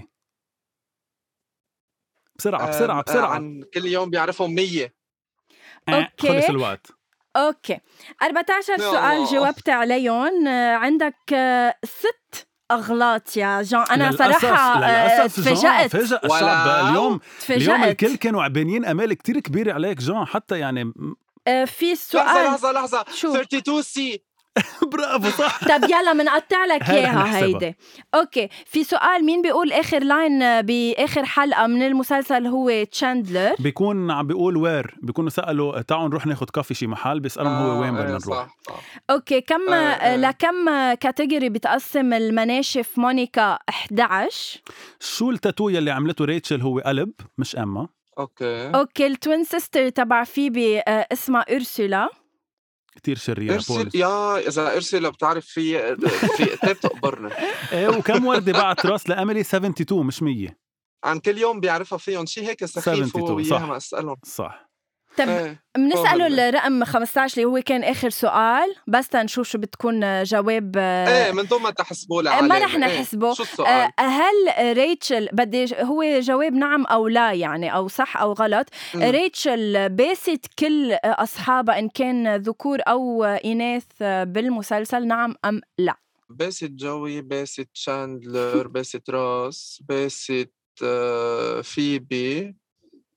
بسرعة. عن كل يوم بيعرفهم 100. اوكي خلص الوقت. اوكي 14 سؤال جاوبت عليهم. عندك 6 أغلاط يا جان. أنا صراحة تفاجأت. فاجأ الشعب اليوم الكل كانوا عبانيين أمال كتير كبيرة عليك جان، حتى يعني في سؤال. لحظة 32 سي. برافو صح. طب يلا منقطع لك اياها هيدي. اوكي في سؤال، مين بيقول اخر لاين باخر حلقه من المسلسل هو تشاندلر؟ بيكون عم بيقول وير، بيكونوا سألوا تعالوا نروح ناخد كافي شي محل، بيسألهم هو وين بدنا نروح. صح. اوكي كم لكم كاتيجوري بتقسم المناشف مونيكا؟ 11. شو التاتو اللي عملته ريتشل هو قلب مش أما؟ اوكي التوين سيستر تبع فيبي اسمها أرسولا. كتير شريرة بوليس. يا إذا أرسل بتعرف في تقبرنا. وكم وردة بعت راس لأميلي؟ 72 مش 100. عن كل يوم بيعرفها فيهم شي هيك سخيف وياها ما أسألهم. صح. طب بنسأله الرقم 15 اللي هو كان آخر سؤال بس تنشوف شو بتكون جواب. من دون ما تحسبوا له ما رح نحسبه. شو السؤال؟ هل ريتشل بدي هو جواب نعم أو لا يعني أو صح أو غلط. ريتشل باست كل أصحابها إن كان ذكور أو إناث بالمسلسل نعم أم لا؟ باست جوي، باست تشاندلر، باست راس، باست فيبي،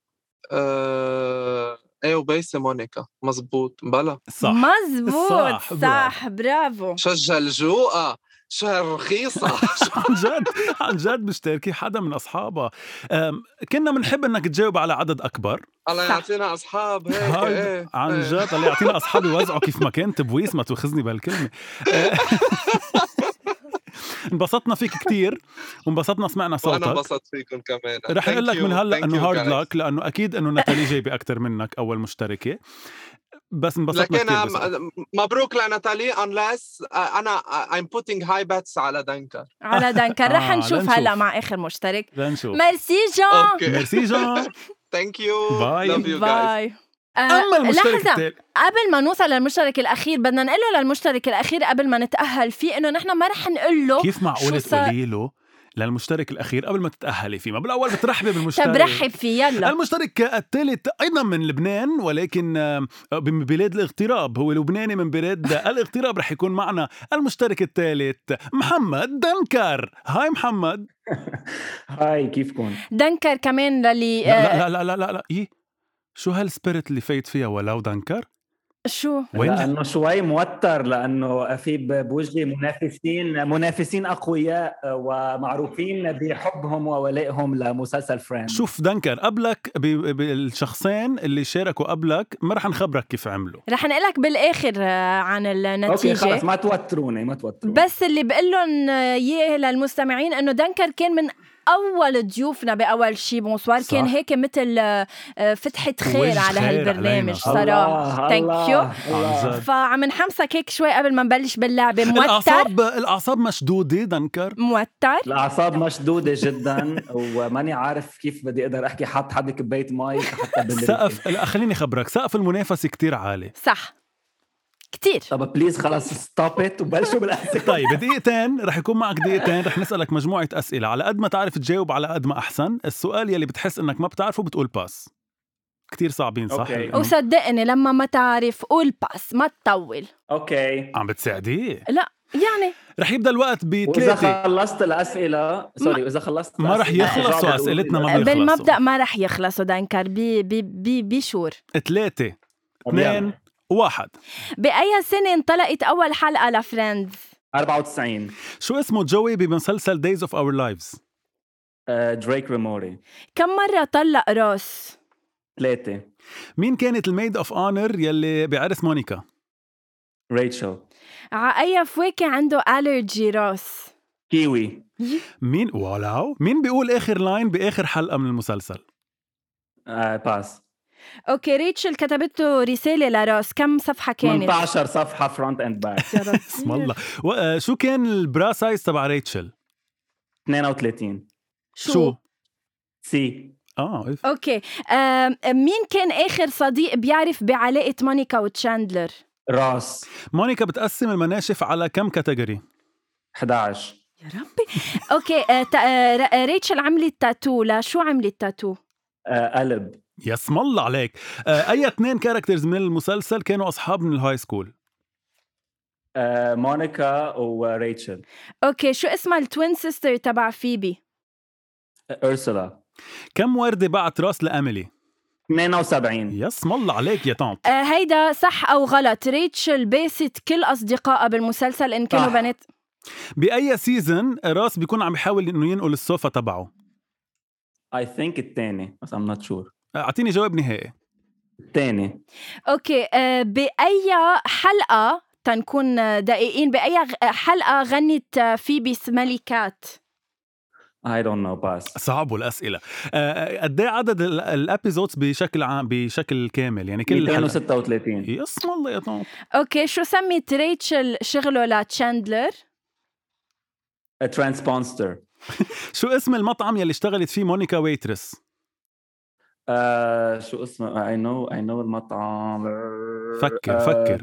وبيسة مونيكا. مزبوط بلا صح. مزبوط صح برافو. شجع الجوقة شو هالرخيصة. عن جد مشتركي حدا من أصحابها. كنا منحب إنك تجاوب على عدد أكبر. الله يعطينا أصحاب هيك. عن جد الله يعطينا أصحاب يوزعوا كيف ما كان. تبويس ما تأخذني بالكلمة. انبسطنا فيك كتير وانبسطنا سمعنا صوتك. وأنا انبسطت فيكم كمان. رح نقول لك من هلا انه هارد لك، لانه اكيد انه ناتالي جايبه اكثر منك اول مشتركه، بس انبسطنا كتير. لكن مبروك لناتالي unless انا I'm putting high bets على دنكر. رح نشوف هلا مع اخر مشترك. لنشوف. ميرسي جان. ميرسي جان. Thank you. Love you guys. أما المشترك لحظة قبل ما نوصل للمشترك الأخير بدنا نقول له للمشترك الأخير قبل ما نتأهل فيه إنه نحن ما رح نقول له. كيف معقولة تقولي له للمشترك الأخير قبل ما تتأهلي فيه؟ ما بالأول بترحبي بالمشترك. طب رحب فيه يلا. المشترك الثالث أيضا من لبنان ولكن من بلاد الاغتراب، هو لبناني من بلاد الاغتراب. رح يكون معنا المشترك الثالث محمد دنكر. هاي محمد. هاي كيفكم؟ دنكر كمان للي لا لا لا لا لا إيه شو هالسبيرت اللي فايت فيها ولو دنكر؟ شو؟ لأنه شوي موتر، لأنه في بوجهي منافسين أقوياء ومعروفين بحبهم وولائهم لمسلسل فريندز. شوف دنكر قبلك بالشخصين اللي شاركوا قبلك ما رح نخبرك كيف عملوا، رح نقلك بالآخر عن النتيجة. أوكي خلص ما توتروني. بس اللي بقول لهم إياه للمستمعين إنه دنكر كان من أول ضيوفنا بأول شي بونسوار كان هيك مثل فتحة خير على هالبرنامج صراحة. ثانك يو. فعم نحمسك هيك شوي قبل ما نبلش باللعبة. موتر الأعصاب مشدودة دنكر. موتر الأعصاب مشدودة جدا وماني عارف كيف بدي أقدر أحكي. حط حد كباية ماي حتى سقف. خليني خبرك سقف المنافسة كتير عالي. صح كتير. طب بليز خلاص ستوب ات وبلشوا بالأسئلة. طيب دقيقتين رح يكون معك دقيقتين رح نسألك مجموعة أسئلة على قد ما تعرف تجاوب على قد ما أحسن. السؤال يلي بتحس إنك ما بتعرفه بتقول باس. كتير صعبين صح؟ وصدقني لما ما تعرف قول باس ما تطول. أوكي عم بتساعديه؟ لا يعني رح يبدأ الوقت ب3. وإذا خلصت الأسئلة إذا خلصت ما رح يخلصوا أسئلتنا. ما بيخلصوا بالمبدأ ما رح يخلصوا دانكر بشور. 3 2 1. بأي سنة انطلقت أول حلقة لفريندز؟ 94. شو اسمه جوي بمسلسل Days of Our Lives؟ دريك ريموري. كم مرة طلق روس؟ 3. مين كانت الميد اوف اونر يلي بعرس مونيكا؟ ريتشل. ع أي فواكه عنده ألرجي روس؟ كيوي. مين مين بيقول آخر لاين بآخر حلقة من المسلسل؟ باس. أوكي ريتشل كتبته رسالة لروس كم صفحة كانت؟ 18 صفحة فرونت اند باك. اسم الله. شو كان البرا سايز تبع ريتشل؟ 32. شو؟ سي. أوكي مين كان آخر صديق بيعرف بعلاقة مونيكا وتشاندلر؟ راس. مونيكا بتقسم المناشف على كم كاتيجوري؟ 11. يا ربي. أوكي ريتشل عملت تاتو. لا شو عملت تاتو؟ قلب. يا اسم الله عليك. أي 2 كاركترز من المسلسل كانوا أصحاب من الهاي سكول؟ مونيكا وريتشل. أوكي شو اسمها التوين سيستر تبع فيبي؟ أرسلا. كم وردة بعت راس لأميلي؟ 72. يا اسم الله عليك يا طنط. هيدا صح أو غلط؟ ريتشل باست كل أصدقائها بالمسلسل إن كانوا بنات. بأي سيزن راس بيكون عم يحاول إنه ينقل السوفا تبعه؟ I think الثاني بس I'm not sure. أعطيني جواب نهائي. الثاني. أوكي بأي حلقة تنكون دقيقين بأي حلقة غنت فيبي ملكات؟ I don't know باس. صعبوا الأسئلة. قد ايه عدد الابيزودز بشكل عام بشكل كامل يعني كل 236. يا اسم الله يا طنط. اوكي شو سميت ريتشل شغله لتشاندلر؟ ترانسبونستر. شو اسم المطعم يلي اشتغلت فيه مونيكا ويترس؟ شو اسمه؟ I know المطعم. فكر.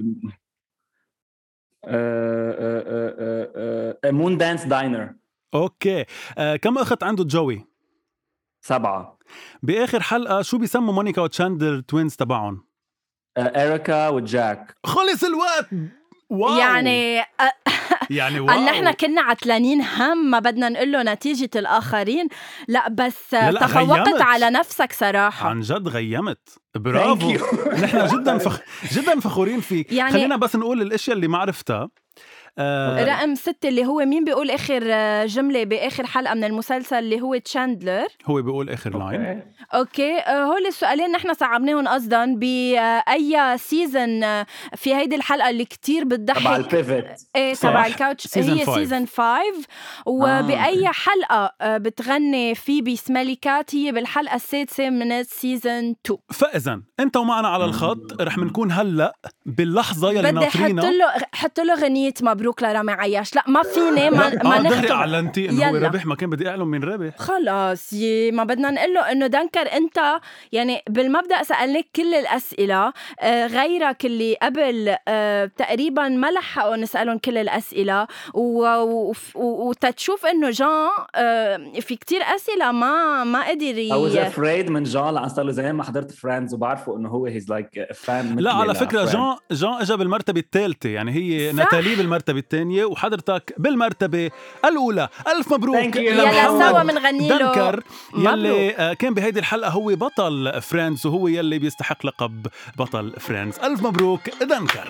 مون دانس داينر. اوكي كم اخت عنده جوي؟ 7. باخر حلقة شو بيسموا مونيكا وتشاندلر توينز تبعهم؟ إريكا وجاك. خلص الوقت. واو. يعني واو. نحن كنا عتلانين هم ما بدنا نقول له نتيجة الآخرين. لا بس تفوقت غيمت. على نفسك صراحة. عن جد غيمت. برافو. نحن جدا فخورين فيك. يعني خلينا بس نقول الاشياء اللي ما عرفتها. رقم 6 اللي هو مين بيقول آخر جملة بآخر حلقة من المسلسل اللي هو تشاندلر. هو بيقول آخر لاين. أوكي هول السؤالين نحن صعبناهم قصداً بأي سيزن في هيدي الحلقة اللي كتير بتضحك تبع البيفت. تبع الكاوتش هي سيزن 5 وبأي حلقة بتغني فيبي ملكات هي بالحلقة 6 من سيزن 2. فإذن أنت ومعنا على الخط رح منكون هلأ باللحظة يلي بدي ناطرينا. حط له غنية مبروك لرامي عياش. لا ما فيني ما نختم. أعلنتي إنه هو ربح. ما كان بدي أعلن من ربح. خلاص ما بدنا نقول له إنه دنكر أنت يعني بالمبدأ سألناك كل الأسئلة. غيرك اللي قبل تقريبا ما لحقوا نسألهم كل الأسئلة وتتشوف إنه جان في كتير أسئلة ما قدر I was afraid من جان لأن صار له زمان ما حضرت فريندز وبعرفه إنه هو he's like fan. لا على فكرة جان إجا بالمرتبة الثالثة يعني هي ناتالي بالمرتبة الثانية وحضرتك بالمرتبة الأولى. ألف مبروك لمحمد دنكر يلي كان بهيدي الحلقة هو بطل فريندز وهو يلي بيستحق لقب بطل فريندز. ألف مبروك دنكر.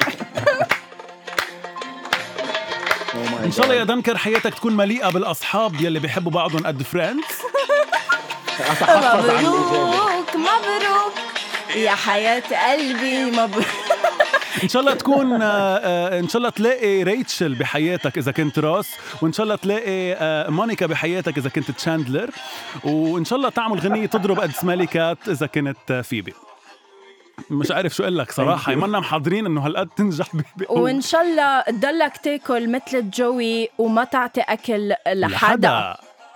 إن شاء الله يا دنكر حياتك تكون مليئة بالأصحاب يلي بيحبوا بعضهم قد فريندز. مبروك يا حياة قلبي مبروك. ان شاء الله تكون ان شاء الله تلاقي ريتشل بحياتك اذا كنت راس، وان شاء الله تلاقي مونيكا بحياتك اذا كنت تشاندلر، وان شاء الله تعمل غنية تضرب قد سماليكات اذا كنت فيبي. مش عارف شو اقول لك صراحه، منا محضرين انه هالقد تنجح وان شاء الله تضلك تاكل مثل جوي وما تعطي اكل لحدا.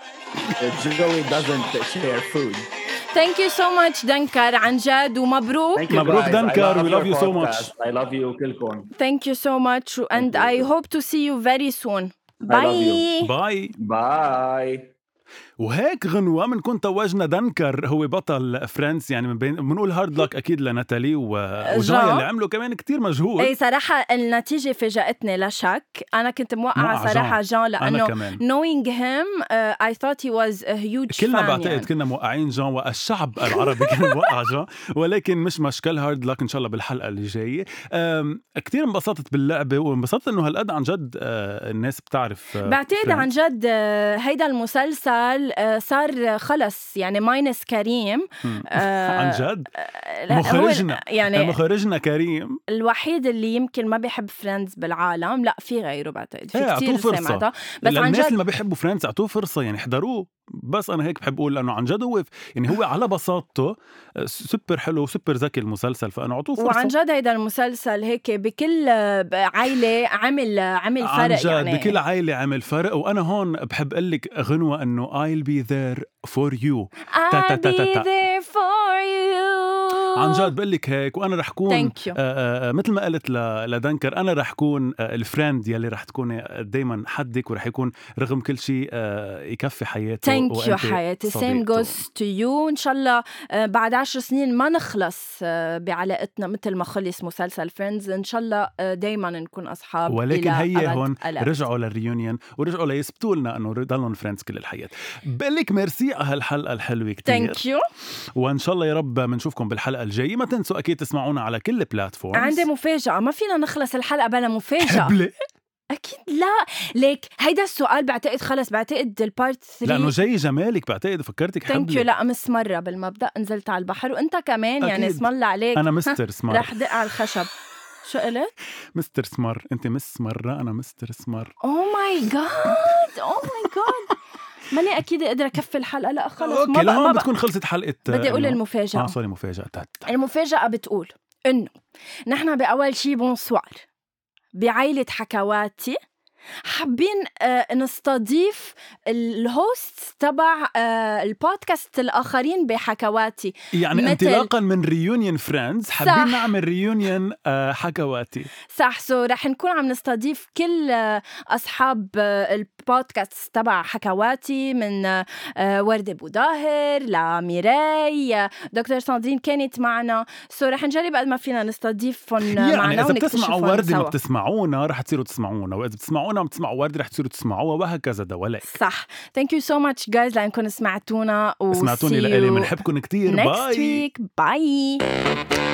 جوي doesn't share food. Thank you so much دنكر، عن جد، ومبروك. مبروك دنكر. We love you so much. I love you كلكم. Thank you so much and I hope to see you very soon. Bye. Bye. Bye. وهيك غنوة منكون توجنا دنكر هو بطل فريندز، يعني بنقول هارد لك أكيد لناتالي وجايا اللي عملوا كمان كتير مجهود. أي صراحة النتيجة فاجأتني لا شك. أنا كنت موقعة صراحة جان لأنه knowing him I thought he was a huge fan. كلنا بعتقد كنا موقعين جان، والشعب العربي كان موقع جان، ولكن مش مشكل. هارد لك إن شاء الله بالحلقة اللي جاية. كتير انبسطت باللعبة، وانبسطت إنه هالقد عن جد الناس بتعرف. بعتقد عن جد هيدا المسلسل صار خلص يعني ماينس كريم. عن جد مخرجنا يعني مخرجنا كريم الوحيد اللي يمكن ما بيحب فريندز بالعالم. لا في غيره بعتقد، في كتير سمعتها، بس عن جد الناس اللي ما بيحبوا فريندز اعطوه فرصة يعني احضروه. بس أنا هيك بحب أقول لأنه عن جد هو يعني هو على بساطته سوبر حلو وسوبر ذكي المسلسل، فأنا أعطوه فرصة. وعن جد هيدا المسلسل هيك بكل عائلة عمل فرق، عن جد يعني بكل عائلة عمل فرق. وأنا هون بحب أقلك غنوة أنه I'll be there for you. I'll be there for you. عن جد بقلك هيك. وأنا رح كون مثل ما قلت لدنكر، أنا رح كون الفريند يلي رح تكون دايما حدك، ورح يكون رغم كل شيء يكفي حياته. Thank you حياتي. Same goes to you. إن شاء الله بعد 10 سنين ما نخلص بعلاقتنا مثل ما خلص مسلسل فريندز. إن شاء الله دايما نكون أصحاب. ولكن هي هون رجعوا للريونيون ورجعوا ليثبتوا لنا إنه ضلوا فريندز كل الحياة. بقلك ميرسي على هالحلقة الحلوة كتير. Thank you. وإن شاء الله يا رب منشوفكم بالحلقة الجاية. ما تنسوا أكيد تسمعونا على كل بلاتفورم. عندي مفاجأة، ما فينا نخلص الحلقة بلا مفاجأة. أكيد لا، ليك هيدا السؤال بعتقد خلص، بعتقد البارت 3 لأنه جاي جمالك. بعتقد فكرتك Thank you. لا أمس مرة بالمبدأ نزلت على البحر، وأنت كمان أكيد. يعني اسم الله عليك. أنا مستر سمر. رح دق على الخشب. شو قلت؟ مستر سمر. أنت مس مرة، أنا مستر سمر. Oh my god ماني أكيد أقدر أكفي الحلقة. لا خلص أوكي لهون بتكون خلصت حلقة. بدي أقول المفاجأة. سوري مفاجأة. المفاجأة بتقول إنه نحن بأول شي بونسوار بعائلة حكواتي حابين نستضيف الهوست تبع البودكاست الآخرين بحكواتي، يعني انطلاقا من ريونيون فريندز حابين نعمل ريونيون حكواتي. صح. سو رح نكون عم نستضيف كل أصحاب البودكاست تبع حكواتي، من وردة بوداهر لميراي، دكتور ساندرين كانت معنا. سو رح نجرب قد ما فينا نستضيفهم يعني معنا. إذا بتسمعوا وردة ما بتسمعونا رح تصيروا تسمعونا، وإذا بتسمعونا ما بتسمعوا وردة رح تصيروا تسمعوها، وهكذا دواليك. صح. Thank you so much guys لأنكم سمعتونا. سمعتوني لإلي، منحبكم كتير. Next week. Bye.